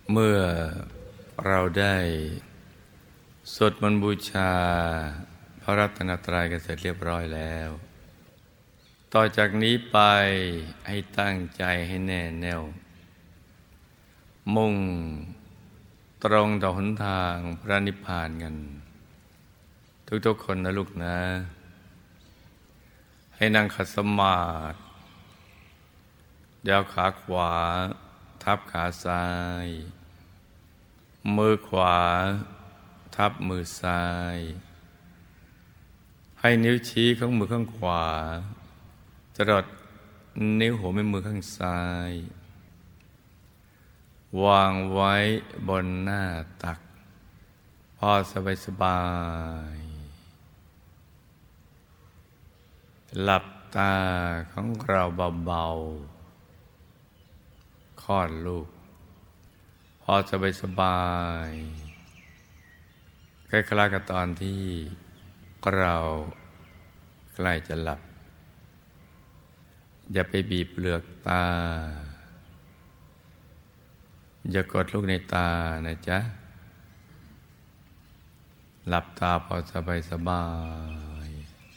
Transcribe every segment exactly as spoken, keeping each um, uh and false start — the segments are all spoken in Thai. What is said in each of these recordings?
เมื่อเราได้สวดมนต์บูชาพระรัตนตรัยกันเสร็จเรียบร้อยแล้วต่อจากนี้ไปให้ตั้งใจให้แน่แน่วมุ่งตรงต่อหนทางพระนิพพานกันทุกๆคนนะลูกนะให้นั่งขัดสมาธิยาวขาขวาทับขาซ้ายมือขวาทับมือซ้ายให้นิ้วชี้ของมือข้างขวาจรดนิ้วหัวแม่มือข้างซ้ายวางไว้บนหน้าตักพอสบายสบายหลับตาของเราเบาๆคลอดลูกพอสบายสบายคล้ายๆกับตอนที่เราใกล้จะหลับอย่าไปบีบเปลือกตาอย่ากดลูกในตานะจ๊ะหลับตาพอสบายสบาย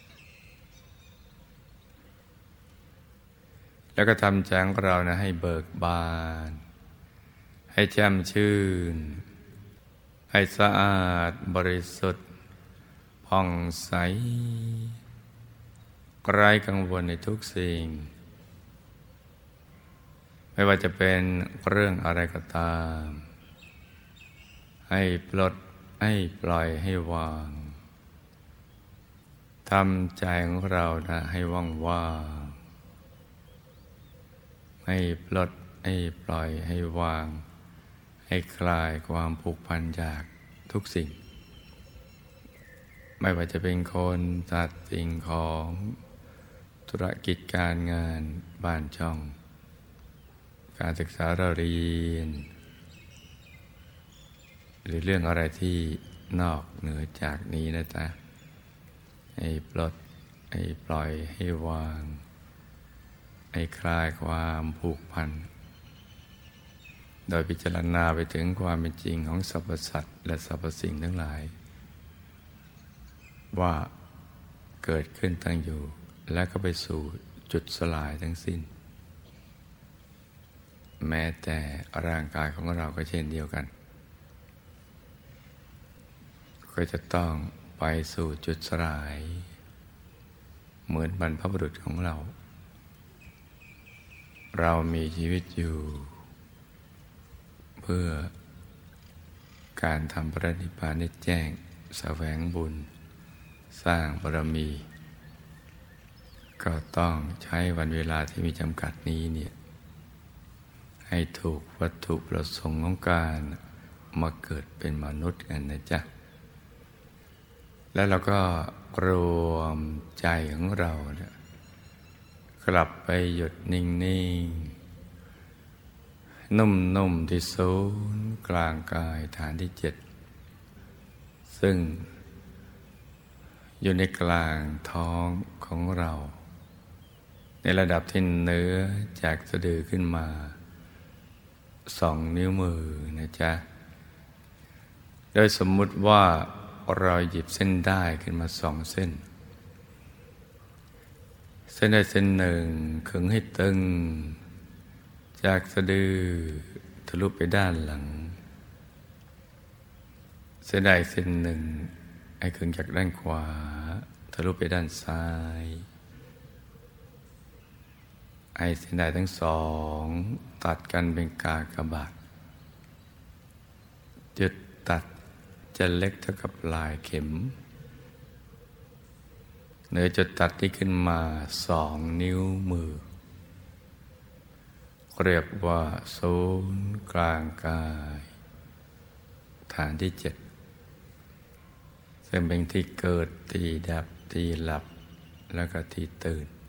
แล้วก็ทำใจของเรานะให้เบิกบานให้แจ่มชื่นให้สะอาดบริสุทธิ์ผ่องใสไร้กังวลในทุกสิ่งไม่ว่าจะเป็นเรื่องอะไรก็ตามให้ปลดให้ปล่อยให้วางทำใจของเรานะให้ว่างว่างให้ปลดให้ปล่อยให้วางให้คลายความผูกพันจากทุกสิ่งไม่ว่าจะเป็นคนสัตว์สิ่งของธุรกิจการงานบ้านช่องการศึกษาเราเรียนหรือเรื่องอะไรที่นอกเหนือจากนี้นะจ๊ะให้ปลดให้ปล่อยให้วางให้คลายความผูกพันโดยพิจารณาไปถึงความเป็นจริงของสรรพสัตว์และสรรพสิ่งทั้งหลายว่าเกิดขึ้นตั้งอยู่และก็ไปสู่จุดสลายทั้งสิ้นแม้แต่ร่างกายของเราก็เช่นเดียวกันก็จะต้องไปสู่จุดสลายเหมือนบรรพบุรุษของเราเรามีชีวิตอยู่เพื่อการทำพระนิพพานให้แจ้งแสวงบุญสร้างบารมีก็ต้องใช้วันเวลาที่มีจำกัดนี้เนี่ยให้ถูกวัตถุประสงค์ของการมาเกิดเป็นมนุษย์กันนะจ๊ะแล้วเราก็รวมใจของเราเนี่ยกลับไปหยุดนิ่งๆนุ่มๆที่ศูนย์กลางกายฐานที่เจ็ดซึ่งอยู่ในกลางท้องของเราในระดับที่เหนือจากสะดือขึ้นมาสองนิ้วมือนะจ๊ะโดยสมมุติว่าเราหยิบเส้นได้ขึ้นมาสองเส้นเส้นใดเส้นหนึ่งขึงให้ตึงจากสะดือทะลุไปด้านหลังเส้นใดเส้นหนึ่งให้ขึงจากด้านขวาทะลุไปด้านซ้ายไอ้เส้นได้ทั้งสองตัดกันเป็นกากบาทจุดตัดจะเล็กเท่ากับปลายเข็มเหนือจุดตัดที่ขึ้นมาสองนิ้วมือเรียกว่าศูนย์กลางกายฐานที่เจ็ดซึ่งเป็นที่เกิดที่ดับที่หลับแล้วก็ที่ตื่น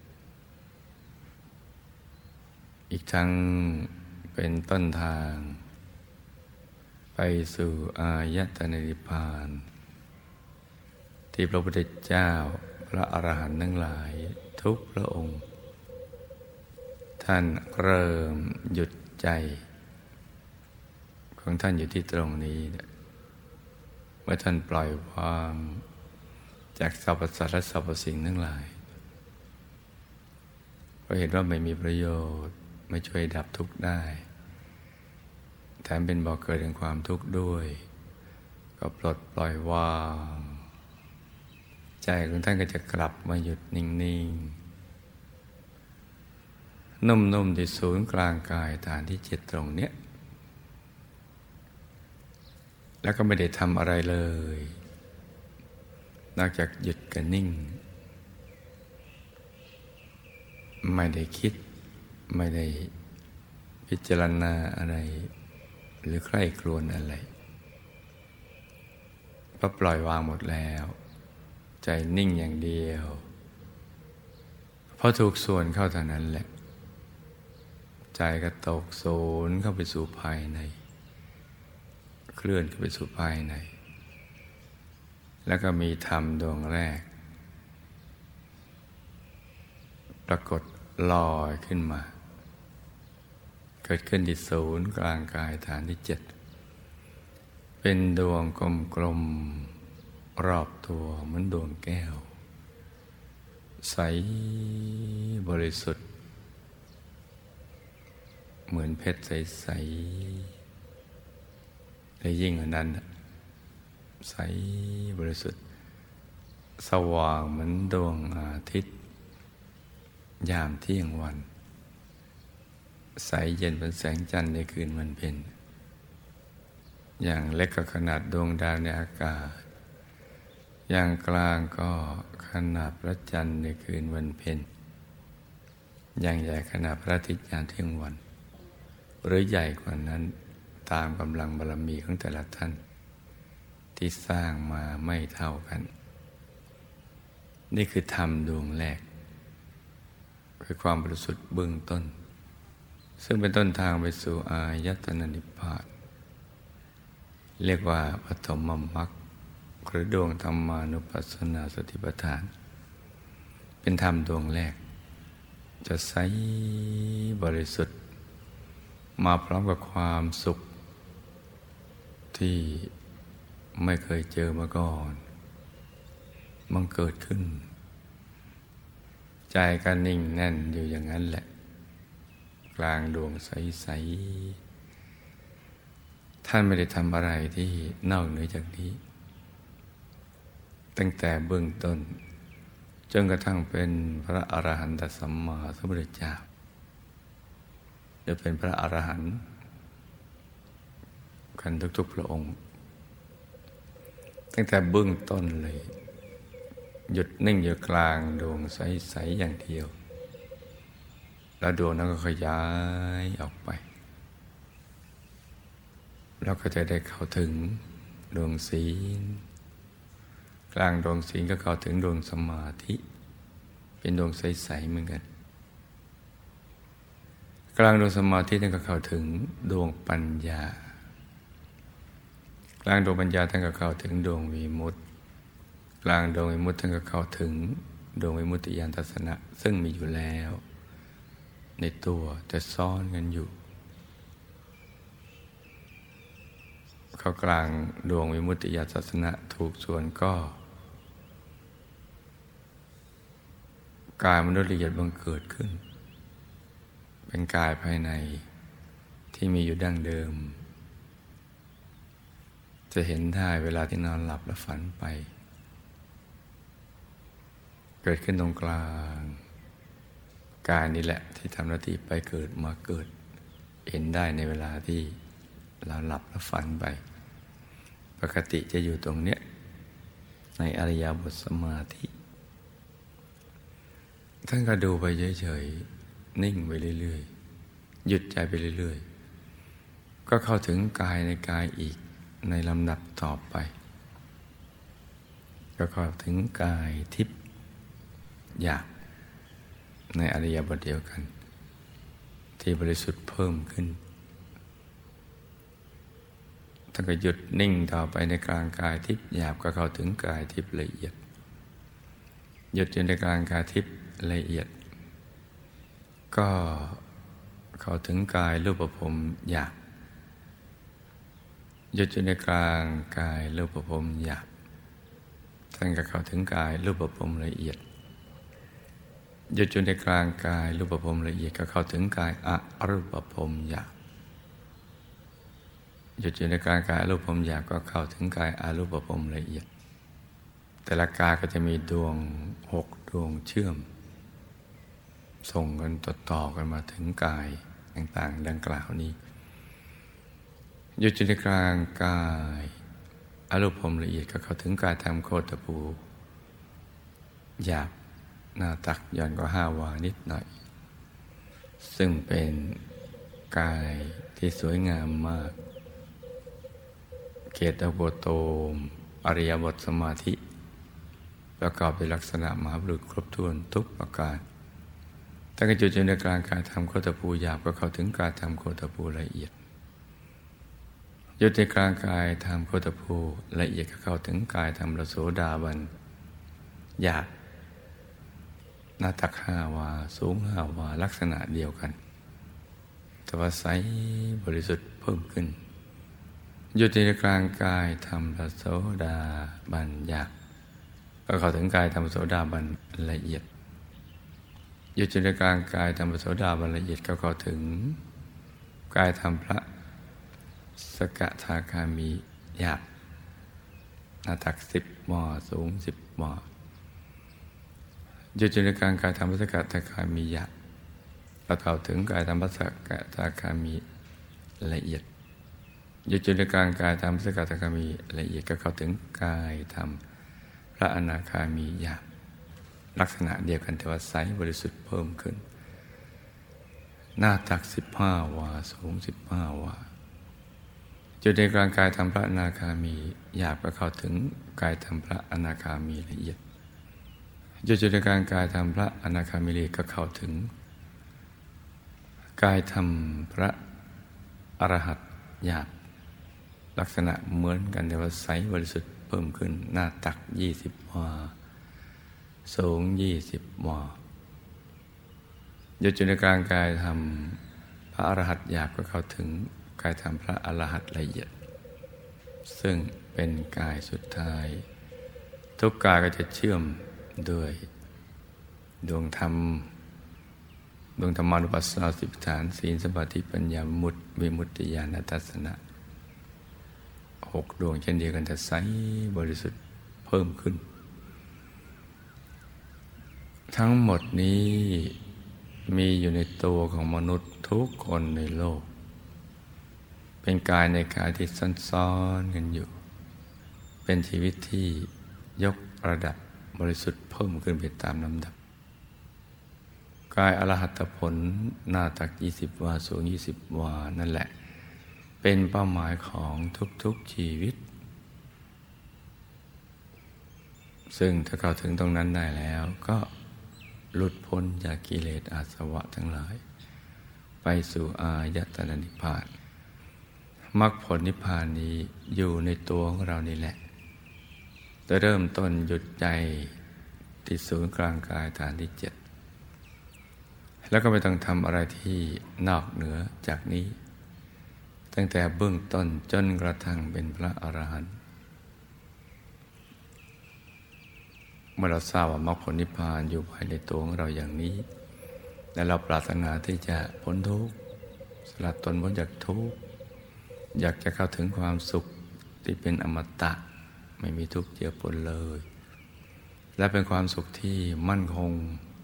อีกทั้งเป็นต้นทางไปสู่อายตนะนิพพานที่พระพุทธเจ้าพระอรหันต์ทั้งหลายทุกพระองค์ท่านเริ่มหยุดใจขของท่านอยู่ที่ตรงนี้เมื่อท่านปล่อยวางจากสรรพสัตว์และสรรพสิ่งทั้งหลายเพราะเห็นว่าไม่มีประโยชน์ไม่ช่วยดับทุกข์ได้แถมเป็นบ่อเกิดแห่งความทุกข์ด้วยก็ปลดปล่อยวางใจของท่านก็จะกลับมาหยุดนิ่งๆนุ่มๆที่ศูนย์กลางกายฐานที่เจ็ดตรงเนี้ยแล้วก็ไม่ได้ทำอะไรเลยนอกจากหยุดกับนิ่งไม่ได้คิดไม่ได้พิจารณาอะไรหรือใคร่ครวญอะไรเพราะปล่อยวางหมดแล้วใจนิ่งอย่างเดียวพอถูกส่วนเข้าเท่านั้นแหละใจก็ตกศูนย์เข้าไปสู่ภายในเคลื่อนเข้าไปสู่ภายในแล้วก็มีธรรมดวงแรกปรากฏลอยขึ้นมาเกิดขึ้นที่ศูนย์กลางกายฐานที่เจ็ดเป็นดวงกลมๆรอบตัวเหมือนดวงแก้วใสบริสุทธิ์เหมือนเพชรใสๆและยิ่งกว่านั้นใสบริสุทธิ์สว่างเหมือนดวงอาทิตย์ยามเที่ยงวันใสเย็นเป็นแสงจันทร์ในคืนวันเพ็ญอย่างเล็กก็ขนาดดวงดาวในอากาศอย่างกลางก็ขนาดพระจันทร์ในคืนวันเพ็ญอย่างใหญ่ขนาดพระอาทิตย์ยามเที่ยงวันหรือใหญ่กว่านั้นตามกำลังบารมีของแต่ละท่านที่สร้างมาไม่เท่ากันนี่คือธรรมดวงแรกคือความบริสุทธิ์เบื้องต้นซึ่งเป็นต้นทางไปสู่อายตนะนิพพานเรียกว่าปฐมมรรคหรือดวงธรรมานุปัสสนาสติปัฏฐานเป็นธรรมดวงแรกจะใสบริสุทธิ์มาพร้อมกับความสุขที่ไม่เคยเจอมาก่อนมันเกิดขึ้นใจก็นิ่งแน่นอยู่อย่างนั้นแหละกลางดวงใสๆท่านไม่ได้ทำอะไรที่นอกเหนือจากนี้ตั้งแต่เบื้องต้นจนกระทั่งเป็นพระอรหันตสัมมาสัมพุทธเจ้าจะเป็นพระอรหันต์กันทุกๆพระองค์ตั้งแต่เบื้องต้นเลยหยุดนิ่งอยู่กลางดวงใสๆอย่างเดียวแล้วดวงนั้นก็ขยายออกไปแล้วก็จะได้เข้าถึงดวงศีลกลางดวงศีลก็เข้าถึงดวงสมาธิเป็นดวงใสๆเหมือนกันกลางดวงสมาธินั่นก็เข้าถึงดวงปัญญากลางดวงปัญญาท่านก็เข้าถึงดวงวิมุตติกลางดวงวิมุตติท่านก็เข้าถึงดวงวิมุตติญาณทัศนะซึ่งมีอยู่แล้วในตัวแต่ซ่อนกันอยู่เข้ากลางดวงวิมุตติญาณทัศนะถูกส่วนก็กายมนุษย์ละเอียดบังเกิดขึ้นเป็นกายภายในที่มีอยู่ดั้งเดิมจะเห็นได้เวลาที่นอนหลับและฝันไปเกิดขึ้นตรงกลางกายนี่แหละที่ทำหน้าที่ไปเกิดมาเกิดเห็นได้ในเวลาที่เราหลับและฝันไปปกติจะอยู่ตรงเนี้ยในอริยบทสมาธิท่านก็ดูไปเฉยๆนิ่งไปเรื่อยๆหยุดใจไปเรื่อยๆก็เข้าถึงกายในกายอีกในลำดับต่อไปก็เข้าถึงกายทิพย์หยาบในอริยบทเดียวกันที่บริสุทธิ์เพิ่มขึ้นท่านก็หยุดนิ่งต่อไปในกลางกายทิพย์หยาบก็เข้าถึงกายทิพย์ละเอียดหยุดอยู่ในกลางกายทิพย์ละเอียดก็เข้าถึงกายรูปภพหยาบหยุดอยู่ในกลางกายรูปภพหยาบท่านก็เข้าถึงกายรูปภพละเอียดหยุดอยู่ในกลางกายรูปภพละเอียดก็เข้าถึงกายอรูปภพหยาบหยุดอยู่ในกลางกายอรูปภพหยาบก็เข้าถึงกายอรูปภพละเอียดแต่ละกายก็จะมีดวงหกดวงเชื่อมส่งกันต่อๆกันมาถึงกายต่างๆดังกล่าวนี้หยุดอยู่ในกลางกายอรูปภพละเอียดก็เข้าถึงกายธรรมโคตภูหยาบหน้าตักย่อนกว่าห้าวานิดหน่อยซึ่งเป็นกายที่สวยงามมากเกตโบโตมอริยบทสมาธิประกอบด้วยลักษณะมหาบุรุษครบถ้วนทุกประการตั้งแต่จุดในกลางกายธรรมโคตภูหยาบก็เข้าถึงกายธรรมโคตภูละเอียดหยุดในกลางกายธรรมโคตภูละเอียดก็เข้าถึงกายธรรมโสดาบันหยาบหน้าตักห้าวาสูงห้าวาลักษณะเดียวกันแต่ว่าใสบริสุทธิ์เพิ่มขึ้นหยุดในกลางกายธรรมโสดาบันหยาบก็เข้าถึงกายธรรมโสดาบันละเอียดหยุดในกลางกายธรรมโสดาบันละเอียดก็เข้าถึงกายธรรมพระสกทาคามีหยาบหน้าตักสิบหม่อสูงสิบหม่อหยุดในกลางกายธรรมพระสกทาคามีหยาบก็เข้าถึงกายธรรมพระสกทาคามีละเอียดหยุดในกลางกายธรรมพระสกทาคามีละเอียดก็เข้าถึงกายธรรมพระอนาคามีหยาบลักษณะเดียวกันแต่ว่าใสบริสุทธิ์เพิ่มขึ้นหน้าตักสิบห้าวาสูงสิบห้าวาจุดในกลางกายธรรมพระอนาคามีหยาบก็เข้าถึงกายธรรมพระอนาคามีละเอียดจุดในกลางกายธรรมพระอนาคามีละเอียดก็เข้าถึงกายธรรมพระอรหัตหยาบลักษณะเหมือนกันแต่ว่าใสบริสุทธิ์เพิ่มขึ้นหน้าตักยี่สิบวาสูงยี่สิบวาหยุดอยู่ในกลางกายธรรมพระอรหัตหยาบก็เข้าถึงกายธรรมพระอรหัตละเอียดซึ่งเป็นกายสุดท้ายทุกกายก็จะเชื่อมด้วยดวงธรรมดวงธรรมานุปัสสนาสิบฐานศีลสมาธิปัญญามุตติวิมุตติญาณทัสสนะหกดวงเช่นเดียวกันแต่ใสบริสุทธิ์เพิ่มขึ้นทั้งหมดนี้มีอยู่ในตัวของมนุษย์ทุกคนในโลกเป็นกายในกายที่ซ้อนๆกันอยู่เป็นชีวิตที่ยกระดับบริสุทธิ์เพิ่มขึ้นไปตามลำดับกายอรหัตผลหน้าตักยี่สิบวาสูงยี่สิบวานั่นแหละเป็นเป้าหมายของทุกๆชีวิตซึ่งถ้าเข้าถึงตรงนั้นได้แล้วก็หลุดพ้นจากกิเลสอาสวะทั้งหลายไปสู่อายตนะนิพพานมรรคผลนิพพานนี้อยู่ในตัวของเรานี่แหละจะเริ่มต้นหยุดใจที่ศูนย์กลางกายฐานที่เจ็ดแล้วก็ไม่ต้องทำอะไรที่นอกเหนือจากนี้ตั้งแต่เบื้องต้นจนกระทั่งเป็นพระอรหันต์เมื่อเราทราบว่ามรรคผลนิพพานอยู่ภายในตัวของเราอย่างนี้และเราปรารถนาที่จะพ้นทุกข์สลัดตนพ้นจากทุกข์อยากจะเข้าถึงความสุขที่เป็นอมตะไม่มีทุกข์เจือปนเลยและเป็นความสุขที่มั่นคง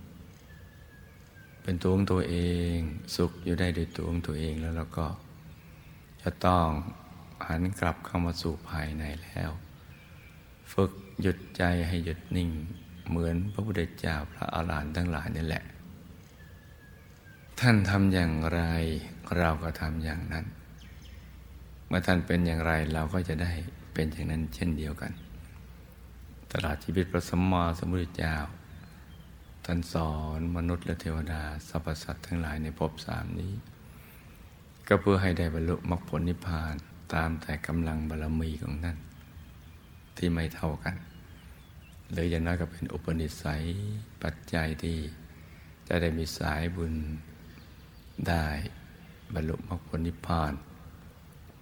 เป็นตัวของตัวเองสุขอยู่ได้โดยตัวของตัวเองแล้วเราก็จะต้องหันกลับเข้ามาสู่ภายในแล้วฝึกหยุดใจให้หยุดนิ่งเหมือนพระพุทธเจ้าพระอรหันต์ทั้งหลายนี่แหละท่านทำอย่างไรเราก็ทำอย่างนั้นเมื่อท่านเป็นอย่างไรเราก็จะได้เป็นอย่างนั้นเช่นเดียวกันตลอดชีวิตพระสัมมาสัมพุทธเจ้าท่านสอนมนุษย์และเทวดาสรรพสัตว์ทั้งหลายในภพสามนี้ก็เพื่อให้ได้บรรลุมรรคผลนิพพานตามแต่กำลังบารมีของท่านที่ไม่เท่ากันหรืออย่างน้อยก็เป็นอุปนิสัยปัจจัยที่จะได้มีสายบุญได้บรรลุมรรคผลนิพพาน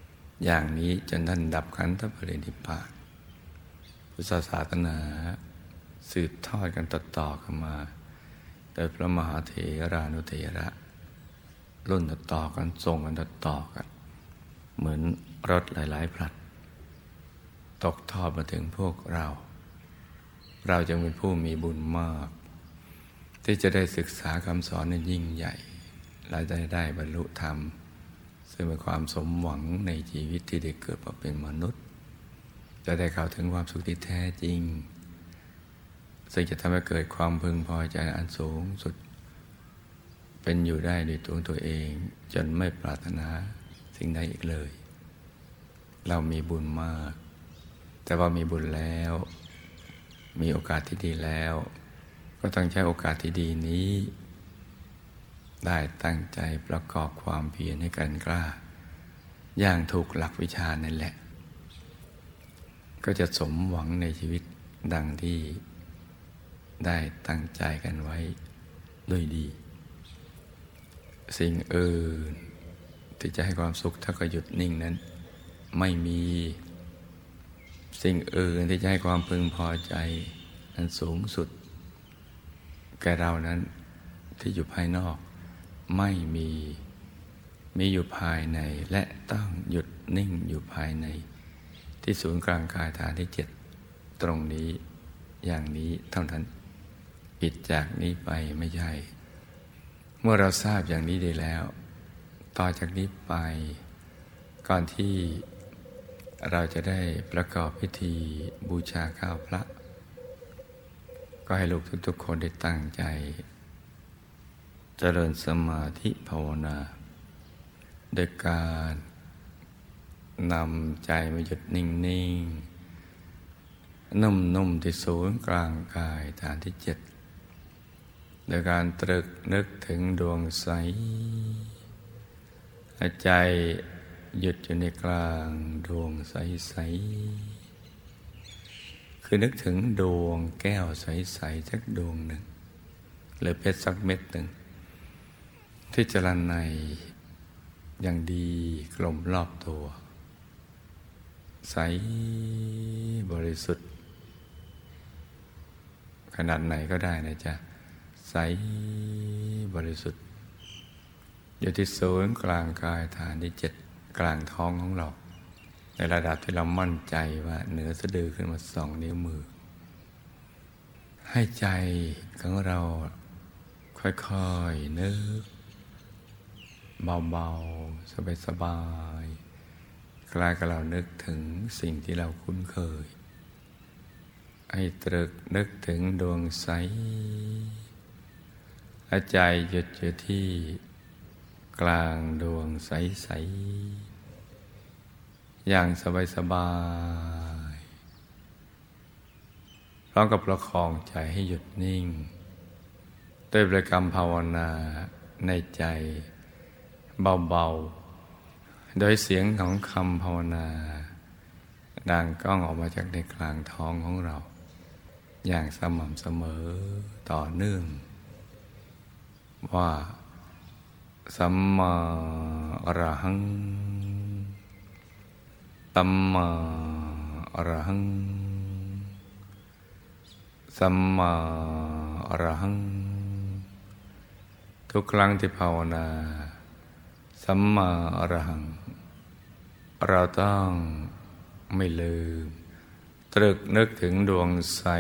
อย่างนี้จนท่านดับขันธปรินิพพานพุทธศาสนาสืบทอดกันต่อๆกันมาโดยพระมหาเถรานุเถระรุ่นต่อๆกันส่งกันต่อๆกันเหมือนรถหลายๆผลัดตกทอดมาถึงพวกเราเราจึงเป็นผู้มีบุญมากที่จะได้ศึกษาคำสอนนั้นยิ่งใหญ่และได้ได้บรรลุธรรมซึ่งเป็นความสมหวังในชีวิตที่ได้เกิดมาเป็นมนุษย์จะได้เข้าถึงความสุขที่แท้จริงซึ่งจะทำให้เกิดความพึงพอใจอันสูงสุดเป็นอยู่ได้ด้วยตัวตัวเองจนไม่ปรารถนาสิ่งใดอีกเลยเรามีบุญมากแต่ว่ามีบุญแล้วมีโอกาสที่ดีแล้วก็ต้องใช้โอกาสที่ดีนี้ได้ตั้งใจประกอบความเพียรให้กันกล้าอย่างถูกหลักวิชานั่นแหละก็จะสมหวังในชีวิตดังที่ได้ตั้งใจกันไว้ด้วยดีสิ่งอื่นที่จะให้ความสุขถ้าก็หยุดนิ่งนั้นไม่มีสิ่งอื่นที่จะให้ความพึงพอใจอันสูงสุดแก่เรานั้นที่อยู่ภายนอกไม่มีมีอยู่ภายในและต้องหยุดนิ่งอยู่ภายในที่ศูนย์กลางกายฐานที่เจ็ดตรงนี้อย่างนี้เท่านั้นผิดจากนี้ไปไม่ใช่เมื่อเราทราบอย่างนี้ดีแล้วต่อจากนี้ไปก่อนที่เราจะได้ประกอบพิธีบูชาข้าวพระก็ให้ลูกทุกๆคนได้ตั้งใจเจริญสมาธิภาวนาโดยการนำใจมาหยุดนิ่งๆนุ่มๆที่ศูนย์กลางกายฐานที่เจ็ดโดยการตรึกนึกถึงดวงใสใจหยุดอยู่ในกลางดวงใสๆคือนึกถึงดวงแก้วใสๆสักดวงหนึ่งหรือเพชรสักเม็ดหนึ่งที่จรในอย่างดีกลมรอบตัวใสบริสุทธิ์ขนาดไหนก็ได้นะจ๊ะใสบริสุทธิ์อยู่ที่ศูนย์กลางกายฐานที่เจ็ดกลางท้องของเราในระดับที่เรามั่นใจว่าเหนือสะดือขึ้นมาสองนิ้วมือให้ใจของเราค่อยๆนึกเบาๆสบายๆคล้ายกับเรานึกถึงสิ่งที่เราคุ้นเคยให้ตรึกนึกถึงดวงใสและใจหยุดอยู่ที่กลางดวงใสๆอย่างสบายๆพร้อมกับประคองใจให้หยุดนิ่งด้วยบริกรรมภาวนาในใจเบาๆโดยเสียงของคำภาวนาดังก้องออกมาจากในกลางท้องของเราอย่างสม่ำเสมอต่อเนื่องว่าสัมมาอรหังสัมมาอรหังสัมมาอรหังทุกครั้งที่ภาวนาสัมมาอรหังเราต้องไม่ลืมตรึกนึกถึงดวงใส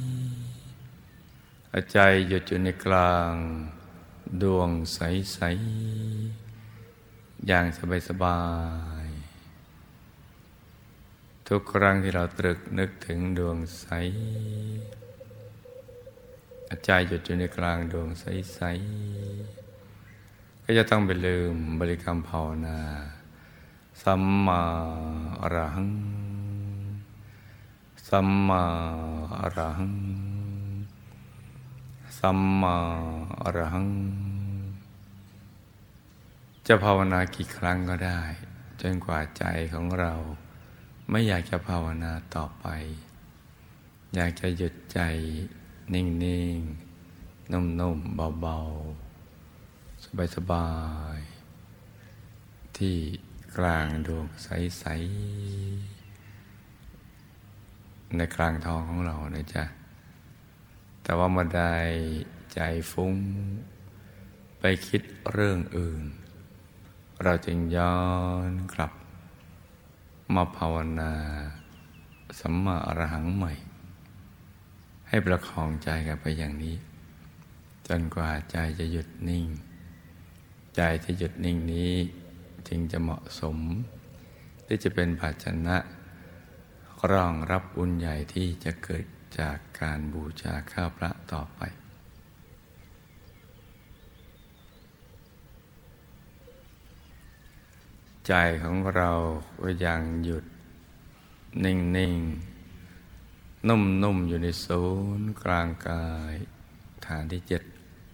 ใจหยุดอยู่ในกลางดวงใสๆอย่างสบายๆทุกครั้งที่เราตรึกนึกถึงดวงใสใจหยุดอยู่ในกลางดวงใสๆก็จะต้องไปลืมบริกรรมภาวนาสัมมาอรหังสัมมาอรหังสัมมาอรหังจะภาวนากี่ครั้งก็ได้จนกว่าใจของเราไม่อยากจะภาวนาต่อไปอยากจะหยุดใจนิ่งๆนุ่มๆเบาๆสบายๆที่กลางดวงใสๆในกลางท้องของเรานะจ๊ะแต่ว่าเมื่อใดใจฟุ้งไปคิดเรื่องอื่นเราจึงย้อนกลับมาภาวนาสัมมาอรหังใหม่ให้ประคองใจกันไปอย่างนี้จนกว่าใจจะหยุดนิ่งใจที่หยุดนิ่งนี้จึงจะเหมาะสมที่จะเป็นภาชนะรองรับบุญใหญ่ที่จะเกิดจากการบูชาข้าพระต่อไปใจของเราก็ยังหยุดนิ่งๆนุ่มๆอยู่ในศูนย์กลางกายฐานที่เจ็ด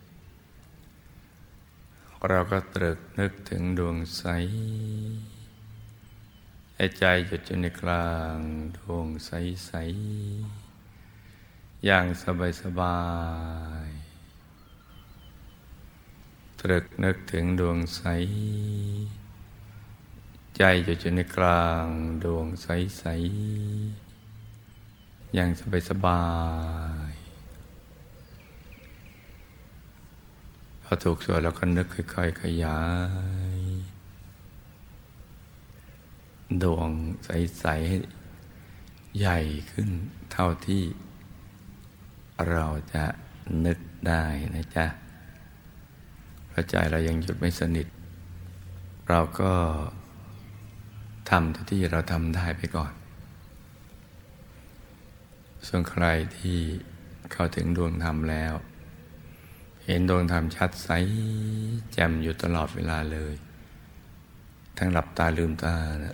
เราก็ตรึกนึกถึงดวงใสให้ใจหยุดอยู่ในกลางดวงใสๆอย่างสบายๆตรึกนึกถึงดวงใสใจหยุดอยู่ในกลางดวงใสๆอย่างสบายๆพอถูกส่วนแล้วก็นึกค่อยๆขยายดวงใสๆให้ใหญ่ขึ้นเท่าที่เราจะนึกได้นะจ๊ะเพราะใจเรายังหยุดไม่สนิทเราก็ทำเท่าที่เราทำได้ไปก่อนส่วนใครที่เข้าถึงดวงธรรมแล้วเห็นดวงธรรมชัดใสแจ่มอยู่ตลอดเวลาเลยทั้งหลับตาลืมตานะ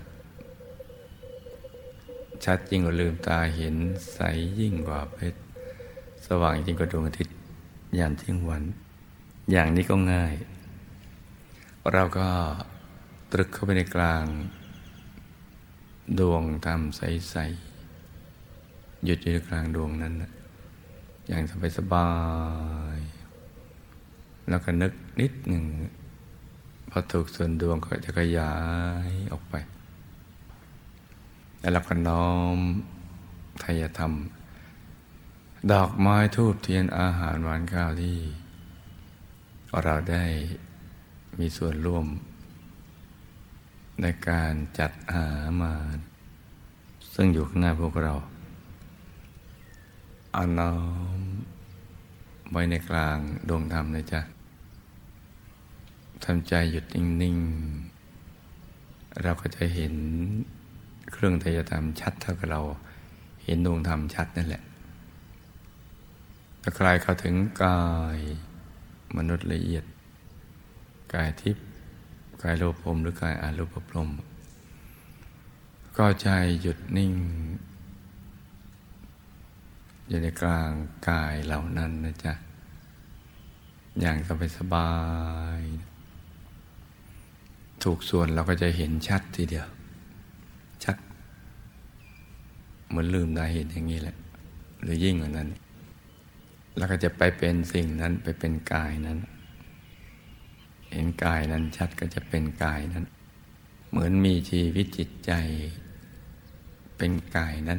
ชัดยิ่งกว่าลืมตาเห็นใสยิ่งกว่าเพชรสว่างยิ่งกว่าดวงอาทิตย์ยามเที่ยงวันอย่างนี้ก็ง่ายเราก็ตรึกเข้าไปในกลางดวงธรรมใสๆหยุดอยู่ในกลางดวงนั้นนะอย่างสบายๆแล้วก็นึกนิดหนึ่งพอถูกส่วนดวงก็จะขยายออกไปแล้วเราก็น้อมไทยธรรมดอกไม้ธูปเทียนอาหารหวานข้าวที่เราได้มีส่วนร่วมในการจัดหามาซึ่งอยู่ข้างหน้าพวกเราเอาน้อมไว้ในกลางดวงธรรมนะจ๊ะทำใจหยุดนิ่งๆเราก็จะเห็นเครื่องไตรธรรมชัดเท่ากับเราเห็นดวงธรรมชัดนั่นแหละถ้าใครเข้าถึงกายมนุษย์ละเอียดกายทิพย์กายรูปพรหมหรือกายอารูปพรหมก็ใจหยุดนิ่งอยู่ในกลางกายเหล่านั้นนะจ๊ะอย่างสบายๆถูกส่วนเราก็จะเห็นชัดทีเดียวชัดเหมือนลืมตาเห็นอย่างนี้แหละหรือยิ่งกว่านั้นแล้วก็จะไปเป็นสิ่งนั้นไปเป็นกายนั้นเห็นกายนั้นชัดก็จะเป็นกายนั้นเหมือนมีชีวิตจิตใจเป็นกายนั้น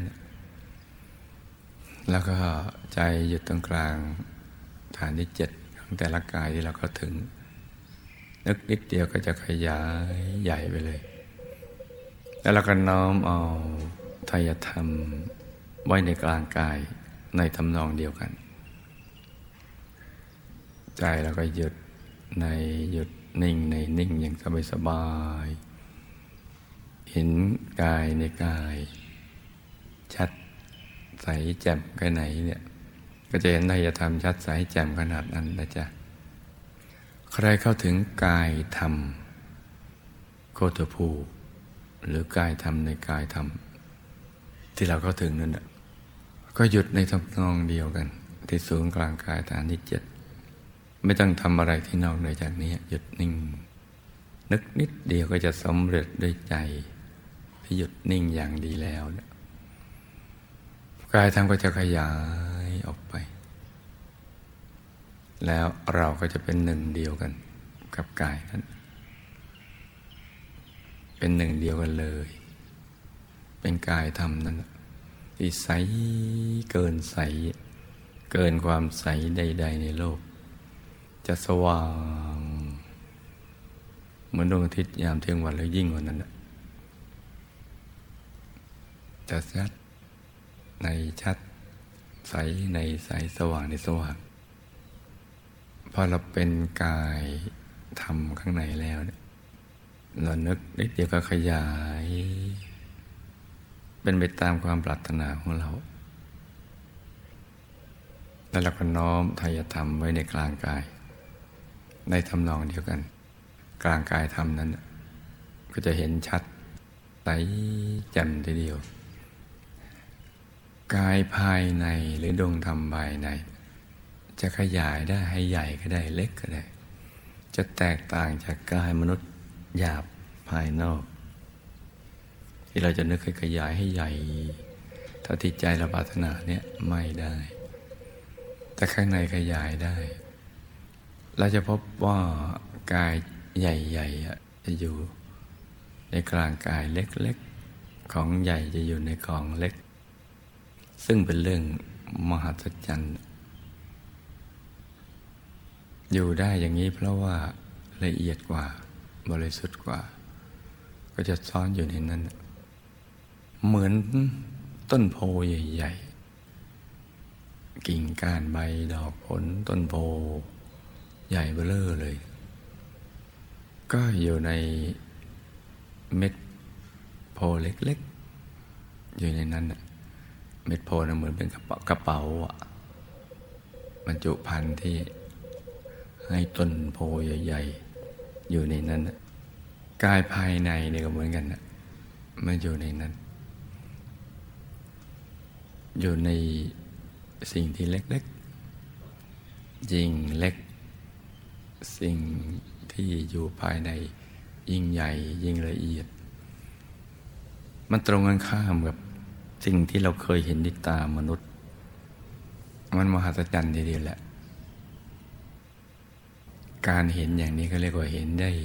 แล้วก็ใจหยุดตรงกลางฐานที่เจ็ดของแต่ละกายที่เราก็ถึงนึกนิดเดียวก็จะขยายใหญ่ไปเลยแล้วเราก็น้อมเอาไตรธรรมไว้ในกลางกายในทำนองเดียวกันใจเราก็หยุดในหยุดนิ่งในนิ่งอย่างสบายๆเห็นกายในกายชัดใสแจ่มแค่ไหนเนี่ยก็จะเห็นไตรธรรมชัดใสแจ่มขนาดนั้นนะจ๊ะใครเข้าถึงกายธรรมโคตภูหรือกายธรรมในกายธรรมที่เราเข้าถึงนั่นน่ะก็หยุดในทำนองเดียวกันที่ศูนย์กลางกายฐานที่เจ็ดไม่ต้องทำอะไรที่นอกเหนือจากนี้หยุดนิ่งนึกนิดเดียวก็จะสำเร็จด้วยใจที่หยุดนิ่งอย่างดีแล้วกายธรรมก็จะขยายออกไปแล้วเราก็จะเป็นหนึ่งเดียวกันกับกายนั้นเป็นหนึ่งเดียวกันเลยเป็นกายธรรมนั้นที่ใสเกินใสเกินความใสใดๆในโลกจะสว่างเหมือนดวงอาทิตย์ยามเที่ยงวันแล้วยิ่งกว่านั้นจะชัดในชัดใสในใสสว่างในสว่างพอเราเป็นกายธรรมข้างในแล้วเนี่ยเรานึกนิดเดียวก็ขยายเป็นไปตามความปรารถนาของเราแล้วเราก็น้อมไตรธรรมไว้ในกลางกายในทำนองเดียวกันกลางกายธรรมนั้นก็จะเห็นชัดใสแจ่มทีเดียวกายภายในหรือดวงธรรมภายในจะขยายได้ให้ใหญ่ก็ได้เล็กก็ได้จะแตกต่างจากกายมนุษย์หยาบภายนอกที่เราจะนึกให้ขยายให้ใหญ่เท่าที่ใจเราปรารถนาเนี่ยไม่ได้แต่ข้างในขยายได้เราจะพบว่ากายใหญ่ๆจะอยู่ในกลางกายเล็กๆของใหญ่จะอยู่ในของเล็กซึ่งเป็นเรื่องมหัศจรรย์อยู่ได้อย่างนี้เพราะว่าละเอียดกว่าบริสุทธิ์กว่าก็จะซ่อนอยู่ในนั้นเหมือนต้นโพใหญ่ๆกิ่งก้านใบดอกผลต้นโพใหญ่เบ้อเร่อเลยก็อยู่ในเม็ดโพเล็กๆอยู่ในนั้นเม็ดโพนะเหมือนเป็นกระเป๋ากระเป๋าอ่ะบรรจุภัณฑ์ที่ให้ต้นโพใหญ่ๆอยู่ในนั้นกายภายในเนี่ยก็เหมือนกันนะมันอยู่ในนั้นอยู่ในสิ่งที่เล็กๆยิ่งเล็กสิ่งที่อยู่ภายในยิ่งใหญ่ยิ่งละเอียดมันตรงกันข้ามกับสิ่งที่เราเคยเห็นด้วยตามนุษย์มันมหัศจรรย์ทีเดียวแหละการเห็นอย่างนี้ก็เรียกว่าเห็นได้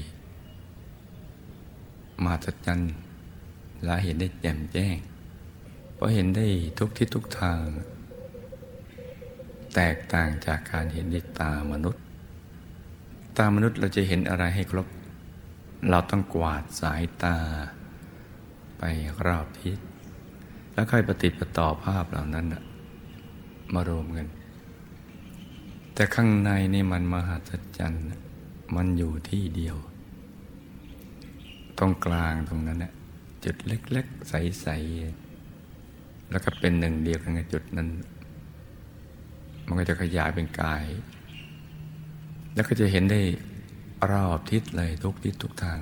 มหัศจรรย์และเห็นได้แจ่มแจ้งเพราะเห็นได้ทุกทิศทุกทางแตกต่างจากการเห็นด้วยตามนุษย์ตามนุษย์เราจะเห็นอะไรให้ครบเราต้องกวาดสายตาไปรอบทิศแล้วค่อยประติดประต่อภาพเหล่านั้นมารวมกันแต่ข้างในนี่มันมหัศจรรย์มันอยู่ที่เดียวตรงกลางตรงนั้นน่ะจุดเล็กๆใสๆแล้วก็เป็นหนึ่งเดียวกันกับจุดนั้นมันก็จะขยายเป็นกายแล้วก็จะเห็นได้รอบทิศเลยทุกทิศทุกทาง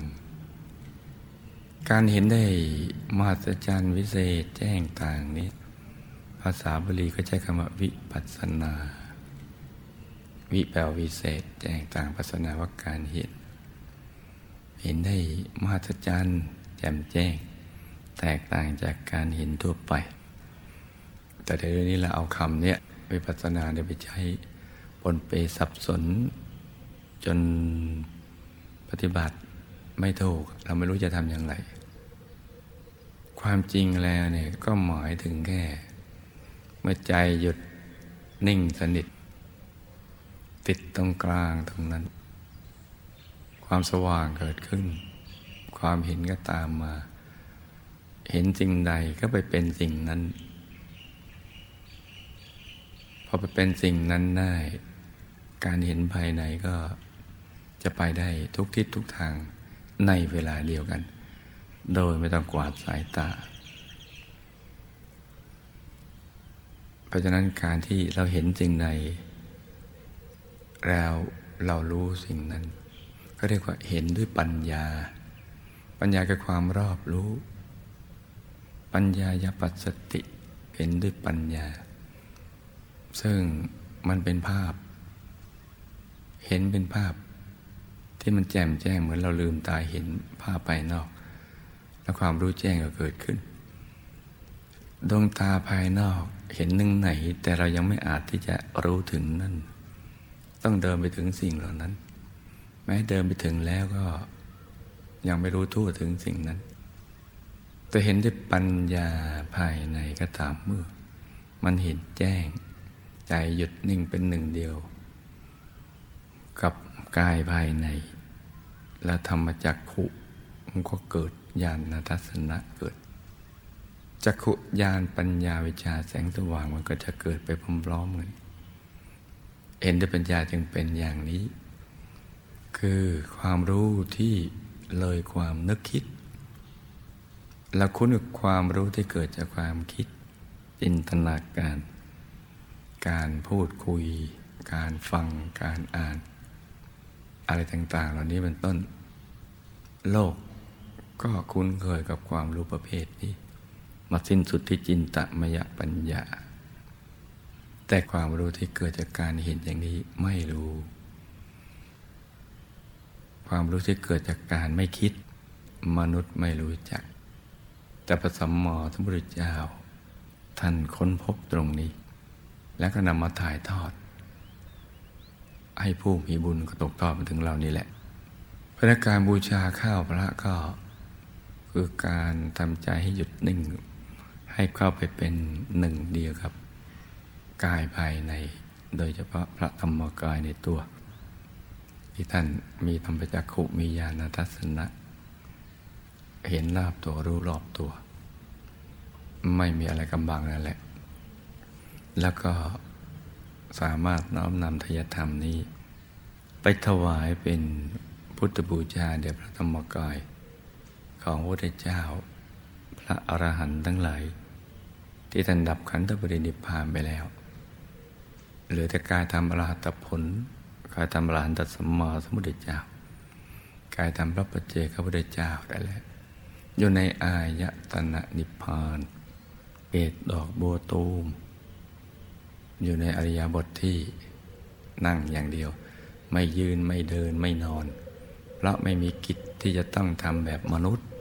การเห็นได้มหัศจรรย์วิเศษแจ้งต่างนี้ภาษาบาลีก็ใช้คำว่าวิปัสสนาวิแปลวิเศษแจ้งต่างปัสสนาว่าการเห็นเห็นได้มหัศจรรย์แจ่มแจ้งแตกต่างจากการเห็นทั่วไปแต่เดี๋ยวนี้เราเอาคำเนี้ยวิปัสสนาเนี่ยไปใช้ปนเปสับสนจนปฏิบัติไม่ถูกเราไม่รู้จะทำอย่างไรความจริงแล้วเนี่ยก็หมายถึงแค่เมื่อใจหยุดนิ่งสนิทติดตรงกลางตรงนั้นความสว่างเกิดขึ้นความเห็นก็ตามมาเห็นสิ่งใดก็ไปเป็นสิ่งนั้นพอไปเป็นสิ่งนั้นได้การเห็นภายในก็จะไปได้ทุกทิศทุกทางในเวลาเดียวกันโดยไม่ต้องกวาดสายตาเพราะฉะนั้นการที่เราเห็นสิ่งใดแล้วเรารู้สิ่งนั้นก็เรียกว่าเห็นด้วยปัญญาปัญญาคือความรอบรู้ปัญญายปัสสติเห็นด้วยปัญญาซึ่งมันเป็นภาพเห็นเป็นภาพที่มันแจ่มแจ้งเหมือนเราลืมตาเห็นภาพภายนอกแล้วความรู้แจ้งก็เกิดขึ้นดวงตาภายนอกเห็นหนึ่งไหนแต่เรายังไม่อาจที่จะรู้ถึงนั่นต้องเดินไปถึงสิ่งเหล่านั้นแม้เดินไปถึงแล้วก็ยังไม่รู้ทั่วถึงสิ่งนั้นแต่เห็นด้วยปัญญาภายในก็ตามเมื่อมันเห็นแจ้งใจหยุดนิ่งเป็นหนึ่งเดียวกับกายภายในและธรรมจักขุมันก็เกิดญาณทัศนะเกิดจักขุญาณปัญญาวิชาแสงสว่างมันก็จะเกิดไปพร้อมๆกันเห็นด้วยปัญญาจึงเป็นอย่างนี้คือความรู้ที่เลยความนึกคิดและคุ้นกับความรู้ที่เกิดจากความคิดจินตนาการการพูดคุยการฟังการอ่านอะไรต่างๆเหล่านี้เป็นต้นโลกก็คุ้นเคยกับความรู้ประเภทนี้มาสิ้นสุดที่จินตมยปัญญาแต่ความรู้ที่เกิดจากการเห็นอย่างนี้ไม่รู้ความรู้ที่เกิดจากการไม่คิดมนุษย์ไม่รู้จักแต่พระสัมมาสัมพุทธเจ้าท่านค้นพบตรงนี้แล้วก็นำมาถ่ายทอดให้ผู้มีบุญก็ตกทอดมาถึงเรานี่แหละเพราะการบูชาข้าวพระก็คือการทำใจให้หยุดนิ่งให้เข้าไปเป็นหนึ่งเดียวกับกายภายในโดยเฉพาะพระธรรมกายในตัวที่ท่านมีธรรมจักขุมีญาณทัศนะเห็นรอบตัวรู้รอบตัวไม่มีอะไรกำบังนั่นแหละแล้วก็สามารถน้อมนำทายธรรมนี้ไปถวายเป็นพุทธบูชาแด่พระธรรมกายของพระพุทธเจ้าพระอรหันต์ทั้งหลายที่ท่านดับขันธปรินิพพานไปแล้วเหลือแต่กายธรรมอรหัตผลกายธรรมอรหันตสัมมาสัมพุทธเจ้ากายธรรมพระปัจเจกพุทธเจ้าได้แล้วอยู่ในอายตนะนิพพานเกศดอกบัวตูมอยู่ในอริยบทที่นั่งอย่างเดียวไม่ยืนไม่เดินไม่นอนเพราะไม่มีกิจที่จะต้องทำแบบมนุษย์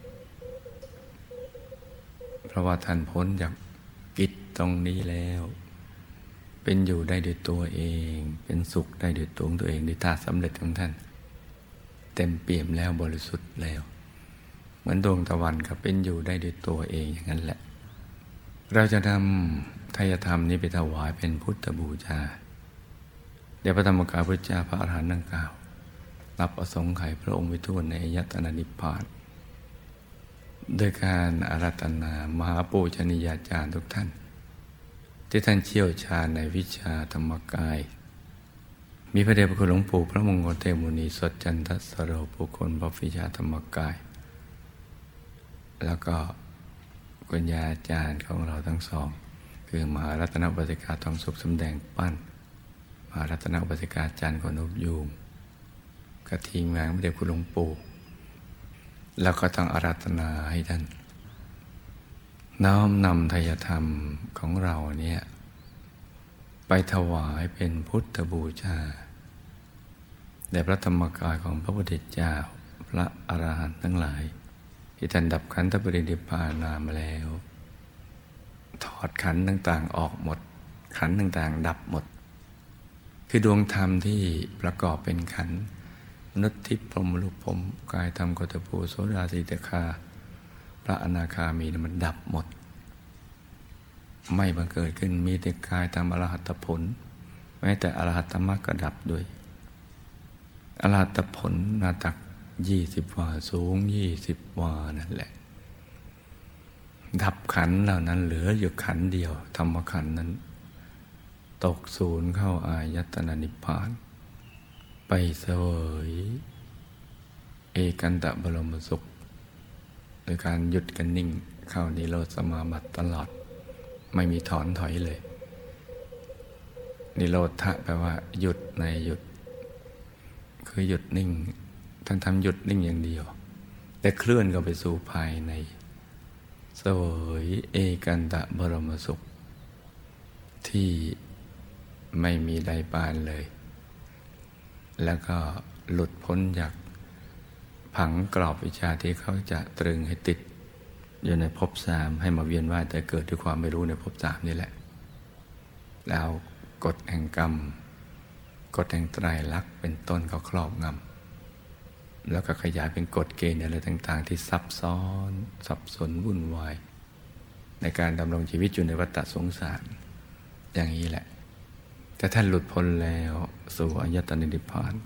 เพราะว่าท่านพ้นจากกิจตรงนี้แล้วเป็นอยู่ได้ด้วยตัวเองเป็นสุขได้ด้วยตัวของตัวเองด้วยธาตุสำเร็จของท่านเต็มเปี่ยมแล้วบริสุทธิ์แล้วเหมือนดวงตะวันครับเป็นอยู่ได้ด้วยตัวเองอย่างนั้นแหละเราจะนำไทยธรรมนี้ไปถวายเป็นพุทธบูชาเดี๋ยวพระธรรมกายพุทธเจ้าพระอรหันต์ดังกล่าวรับอสงไขยพระองค์ไปทั่วในอายตนะนิพพานโดยการอาราธนามหาปูชนียาจารย์ทุกท่านที่ท่านเชี่ยวชาญในวิชาธรรมกายมีพระเดชพระคุณหลวงปู่พระมงคลเทพมุนีสดจันทสโรปุคคลพระวิชาธรรมกายแล้วก็คุณยาอาจารย์ของเราทั้งสองคือมหารัตนอุบาสิกาทองสุขสำแดงปั้นมหารัตนอุบาสิกาจันทร์ขนุบยูมกับทีมงานพระเดชคุณหลวงปู่แล้วก็ต้องอาราธนาให้ท่านน้อมนำไทยธรรมของเราเนี่ยไปถวายเป็นพุทธบูชาแด่พระธรรมกายของพระพุทธเจ้าพระอรหันต์ทั้งหลายที่ท่านดับขันธปรินิพพานมาแล้วถอดขันธ์ต่างๆออกหมดขันธ์ต่างๆดับหมดคือดวงธรรมที่ประกอบเป็นขันธ์มนุษย์ทิพย์พรหมรูปพรหมกายธรรมโคตภูโสดาสีตคาพระอนาคามีมันดับหมดไม่บังเกิดขึ้นมีแต่กายธรรมอรหัตผลแม้แต่อรหัตมรรคก็ดับด้วยอรหัตผลหน้าตักยี่สิบวาสูงยี่สิบวานั่นแหละดับขันธ์เหล่านั้นเหลืออยู่ขันธ์เดียวธรรมขันธ์นั้นตกศูนย์เข้าอายตนะนิพพานไปเสวยเอกันตะบรมสุขโดยการหยุดกันนิ่งเข้านิโรธสมาบัติตลอดไม่มีถอนถอยเลยนิโรธะแปลว่าหยุดในหยุดคือหยุดนิ่งท่านทำหยุดนิ่งอย่างเดียวแต่เคลื่อนเข้าไปสู่ภายในเสวยเอกันตะบรมสุขที่ไม่มีใดปานเลยแล้วก็หลุดพ้นจากผังกรอบวิชาที่เขาจะตรึงให้ติดอยู่ในภพสามให้มาเวียนว่ายแต่เกิดด้วยความไม่รู้ในภพสามนี่แหละแล้วกฎแห่งกรรมกฎแห่งไตรลักษณ์เป็นต้นเขาครอบงแล้วก็ขยายเป็นกฎเกณฑ์อะไรต่างๆที่ซับซ้อนสับสนวุ่นวายในการดำรงชีวิตอยู่ในวัฏสงสารอย่างนี้แหละแต่ท่านหลุดพ้นแล้วสู่อายตนะนิพพาน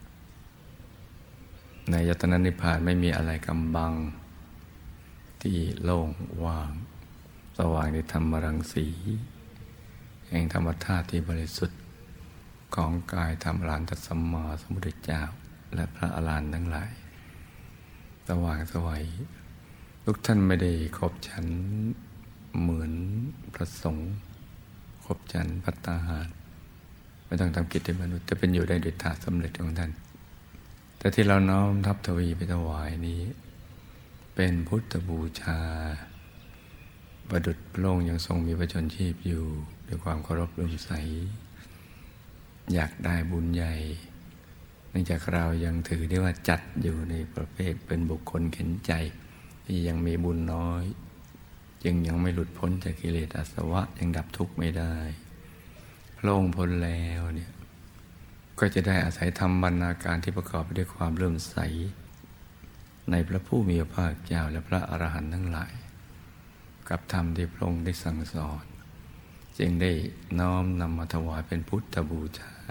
ในอายตนะนิพพานไม่มีอะไรกำบังที่โล่งว่างสว่างในธรรมรังสีแห่งธรรมธาตุที่บริสุทธิ์ของกายธรรมอรหันตสัมมาสัมพุทธเจ้าและพระอรหันต์ทั้งหลายสว่างไสวทุกท่านไม่ได้คบฉันเหมือนพระสงฆ์คบฉันภัตตาหารไม่ต้องทำกิจเป็นมนุษย์จะเป็นอยู่ได้โดยธาตุสำเร็จของท่านแต่ที่เราน้อมทับทวีไปถวายนี้เป็นพุทธบูชาประดุจพระองค์ยังทรงมีพระชนชีพอยู่ด้วยความเคารพเลื่อมใสอยากได้บุญใหญ่เนื่องจากเรายังถือได้ว่าจัดอยู่ในประเภทเป็นบุคคลเข็นใจที่ยังมีบุญน้อยยังยังไม่หลุดพ้นจากกิเลสอาสวะยังดับทุกข์ไม่ได้พระองค์พ้นแล้วเนี่ยก็จะได้อาศัยธรรมบรรณาการที่ประกอบไปด้วยความเลื่อมใสในพระผู้มีพระภาคเจ้าและพระอรหันต์ทั้งหลายกับธรรมที่พระองค์ได้สั่งสอนจึงได้น้อมนำมาถวายเป็นพุทธบูชา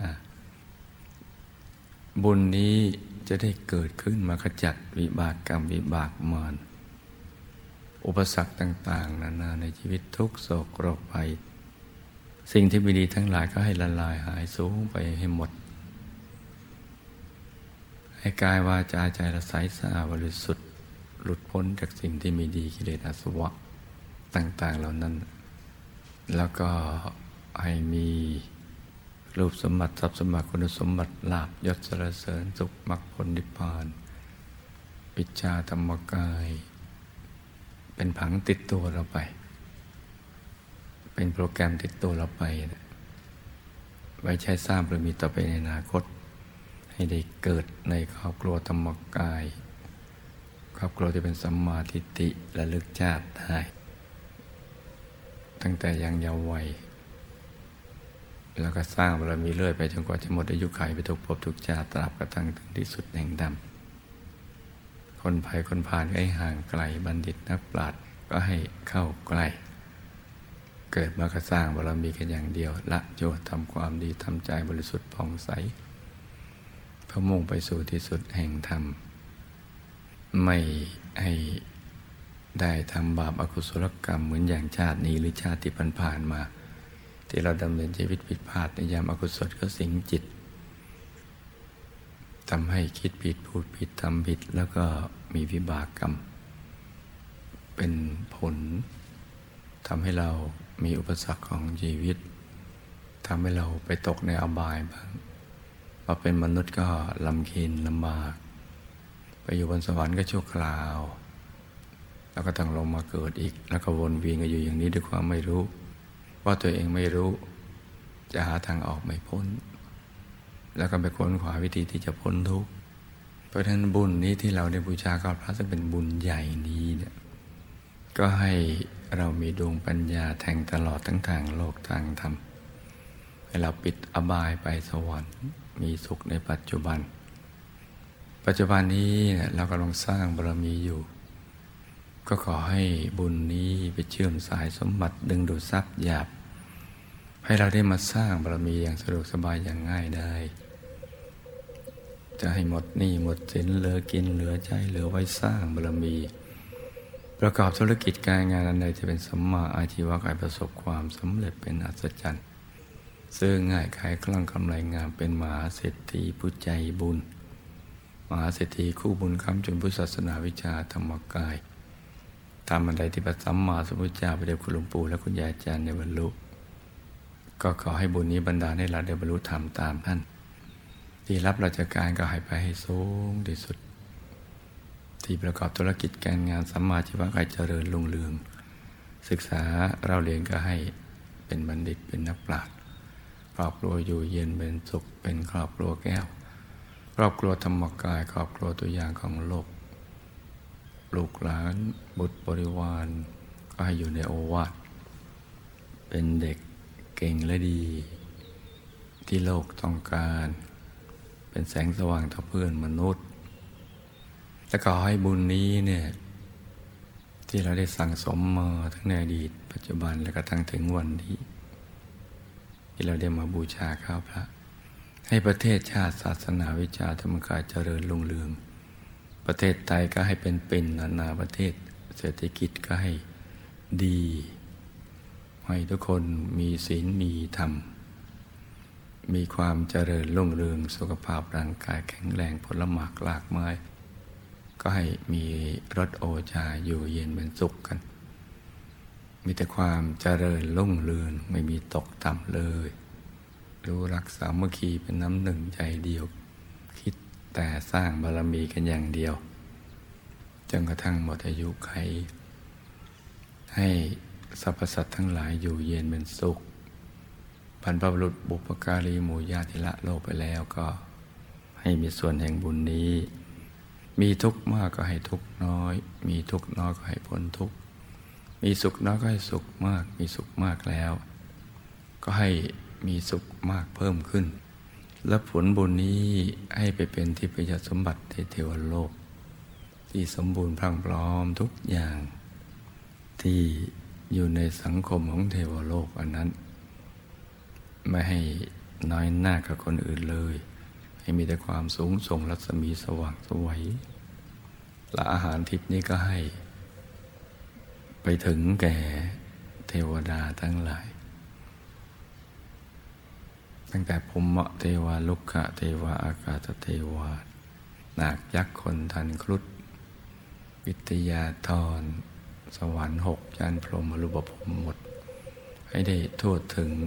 บุญนี้จะได้เกิดขึ้นมาขจัดวิบากกรรมวิบากมารอุปสรรคต่างๆนานาในชีวิตทุกโศกโรคภัยสิ่งที่ไม่ดีทั้งหลายก็ให้ละลายหายสูญไปให้หมดให้กายวาจาใจละใสสะอาดบริสุทธิ์หลุดพ้นจากสิ่งที่ไม่ดีกิเลสอาสวะต่างๆเหล่านั้นแล้วก็ให้มีรูปสมบัติทรัพย์สมบัติคุณสมบัติลาภยศสรรเสริญสุขมรรคผลนิพพานวิชชาธรรมกายเป็นผังติดตัวเราไปเป็นโปรแกรมติดตัวเราไปไว้ใช้สร้างบารมีต่อไปในอนาคตให้ได้เกิดในครอบครัวธรรมกายครอบครัวที่เป็นสัมมาทิฏฐิและลึกชาติได้ตั้งแต่ยังเยาว์วัยแล้วก็สร้างบารมีเรื่อยไปจนกว่าจะหมดอายุขัยไปทุกภพทุกชาติตราบกระทั่งถึงที่สุดแห่งดำคนภัยคนผ่านก็ให้ห่างไกลบัณฑิตนักปราชญ์ก็ให้เข้าใกล้เกิดมาก็สร้างบารมีกันอย่างเดียวละโยชน์ทำความดีทำใจบริสุทธิ์ผ่องใสเพื่อมุ่งไปสู่ที่สุดแห่งธรรมไม่ให้ได้ทำบาปอกุศลกรรมเหมือนอย่างชาตินี้หรือชาติที่ผ่านๆมาที่เราดำเนินชีวิตผิดพลาดในยามอกุศลก็สิงจิตทำให้คิดผิดพูดผิดทำผิดแล้วก็มีวิบากกรรมเป็นผลทำให้เรามีอุปสรรคของชีวิตทำให้เราไปตกในอบายบ้างพอเป็นมนุษย์ก็ลำเค็ญลำบากไปอยู่บนสวรรค์ก็ชั่วคราวแล้วก็ต้องลงมาเกิดอีกแล้วก็วนเวียนกันอยู่อย่างนี้ด้วยความไม่รู้ว่าตัวเองไม่รู้จะหาทางออกไม่พ้นแล้วก็ไปค้นขวาวิธีที่จะพ้นทุกข์เพราะฉะนั้นบุญนี้ที่เราได้บูชาพระซึ่งเป็นบุญใหญ่นี้เนี่ยก็ให้เรามีดวงปัญญาแทงตลอดทั้งทางโลกทางธรรมให้เราปิดอบายไปสวรรค์มีสุขในปัจจุบันปัจจุบันนี้เรากำลังสร้างบารมีอยู่ก็ขอให้บุญนี้ไปเชื่อมสายสมบัติดึงดูดทรัพย์หยาบให้เราได้มาสร้างบารมีอย่างสะดวกสบายอย่างง่ายได้จะให้หมดหนี้หมดสินเหลือกินเหลือใช้เหลือไว้สร้างบารมีประกอบธุรกิจการงานอันใดที่เป็นสัมมาอาชีวะการประสบความสำเร็จเป็นอัศจรรย์ซื้อง่ายขายคล่องกำไรงามเป็นมหาเศรษฐีผู้ใจบุญมหาเศรษฐีคู่บุญค้ำจุนพุทธศาสนาวิชาธรรมกายตามบันไดที่พระสัมมาสัมพุทธเจ้าไปเดียวคุณหลวงปู่และคุณยายอาจารย์ในบรรลุก็ขอให้บุญนี้บันดาลให้เราได้บรรลุธรรมตามท่านที่รับราชการก็ให้ไปให้สูงที่สุดที่ประกอบธุรกิจการงานสัมมาชีวะให้เจริญรุ่งเรืองศึกษาเราเรียนก็ให้เป็นบัณฑิตเป็นนักปราชญ์ครอบครัวอยู่เย็นเป็นสุขเป็นครอบครัวแก้วครอบครัวธรรมกายครอบครัวตัวอย่างของโลกลูกหลานบุตรบริวารก็ให้อยู่ในโอวาทเป็นเด็กเก่งและดีที่โลกต้องการเป็นแสงสว่างต่อเพื่อนมนุษย์แล้วก็ขอให้บุญนี้เนี่ยที่เราได้สั่งสมมาทั้งในอดีตปัจจุบันและก็ทั้งถึงวันนี้ที่เราได้มาบูชาข้าวพระให้ประเทศชาติศาสนาวิชาธรรมกายเจริญรุ่งเรืองประเทศไทยก็ให้เป็นเป็นนานาประเทศเศรษฐกิจก็ให้ดีให้ทุกคนมีศีลมีธรรมมีความเจริญรุ่งเรืองสุขภาพร่างกายแข็งแรงผลหมากรากไม้ก็ให้มีรสโอชาอยู่เย็นเป็นสุขกันมีแต่ความเจริญรุ่งเรืองไม่มีตกต่ำเลยรู้รักสามัคคีเป็นน้ำหนึ่งใจเดียวคิดแต่สร้างบารมีกันอย่างเดียวจนกระทั่งหมดอายุไขให้สรรพสัตว์ทั้งหลายอยู่เย็นเป็นสุขบรรพบุรุษบุพการีหมู่ญาติที่ละโลกไปแล้วก็ให้มีส่วนแห่งบุญนี้มีทุกข์มากก็ให้ทุกข์น้อยมีทุกข์น้อยก็ให้พ้นทุกข์มีสุขน้อยก็ให้สุขมากมีสุขมากแล้วก็ให้มีสุขมากเพิ่มขึ้นและผลบุญนี้ให้ไปเป็นทิพยสมบัติในเทวโลกที่สมบูรณ์พรั่งพร้อมทุกอย่างที่อยู่ในสังคมของเทวโลกอันนั้นไม่ให้น้อยหน้ากับคนอื่นเลยให้มีแต่ความสูงส่งรัศมีสว่างไสวและอาหารทิพย์นี้ก็ให้ไปถึงแก่เทวดาทั้งหลายตั้งแต่พรหมเทวาลุกขเทวาอากาศเทวานาคยักษ์คนทันครุฑวิทยาธรสวรรค์หกชั้นพรหมรูปพรหมหมดให้ได้ทั่วถึง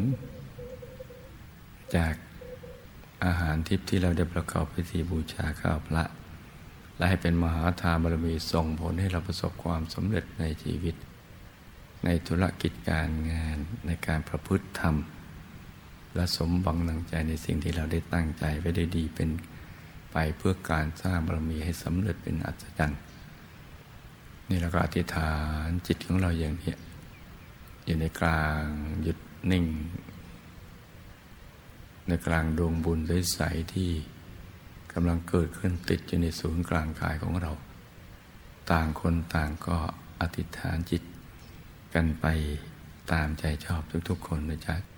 จากอาหารทิพย์ที่เราได้ประกอบพิธีบูชาข้าวพระและให้เป็นมหาทานบารมีส่งผลให้เราประสบความสำเร็จในชีวิตในธุรกิจการงานในการประพฤติธรรมและสมหวังดังใจในสิ่งที่เราได้ตั้งใจไว้ได้ดีเป็นไปเพื่อการสร้างบารมีให้สำเร็จเป็นอัศจรรย์นี่เราก็อธิษฐานจิตของเราอย่างนี้อยู่ในกลางหยุดนิ่งในกลางดวงบุญใสๆที่กำลังเกิดขึ้นติดอยู่ในศูนย์กลางกายของเราต่างคนต่างก็อธิษฐานจิตกันไปตามใจชอบทุกๆคนนะจ๊ะ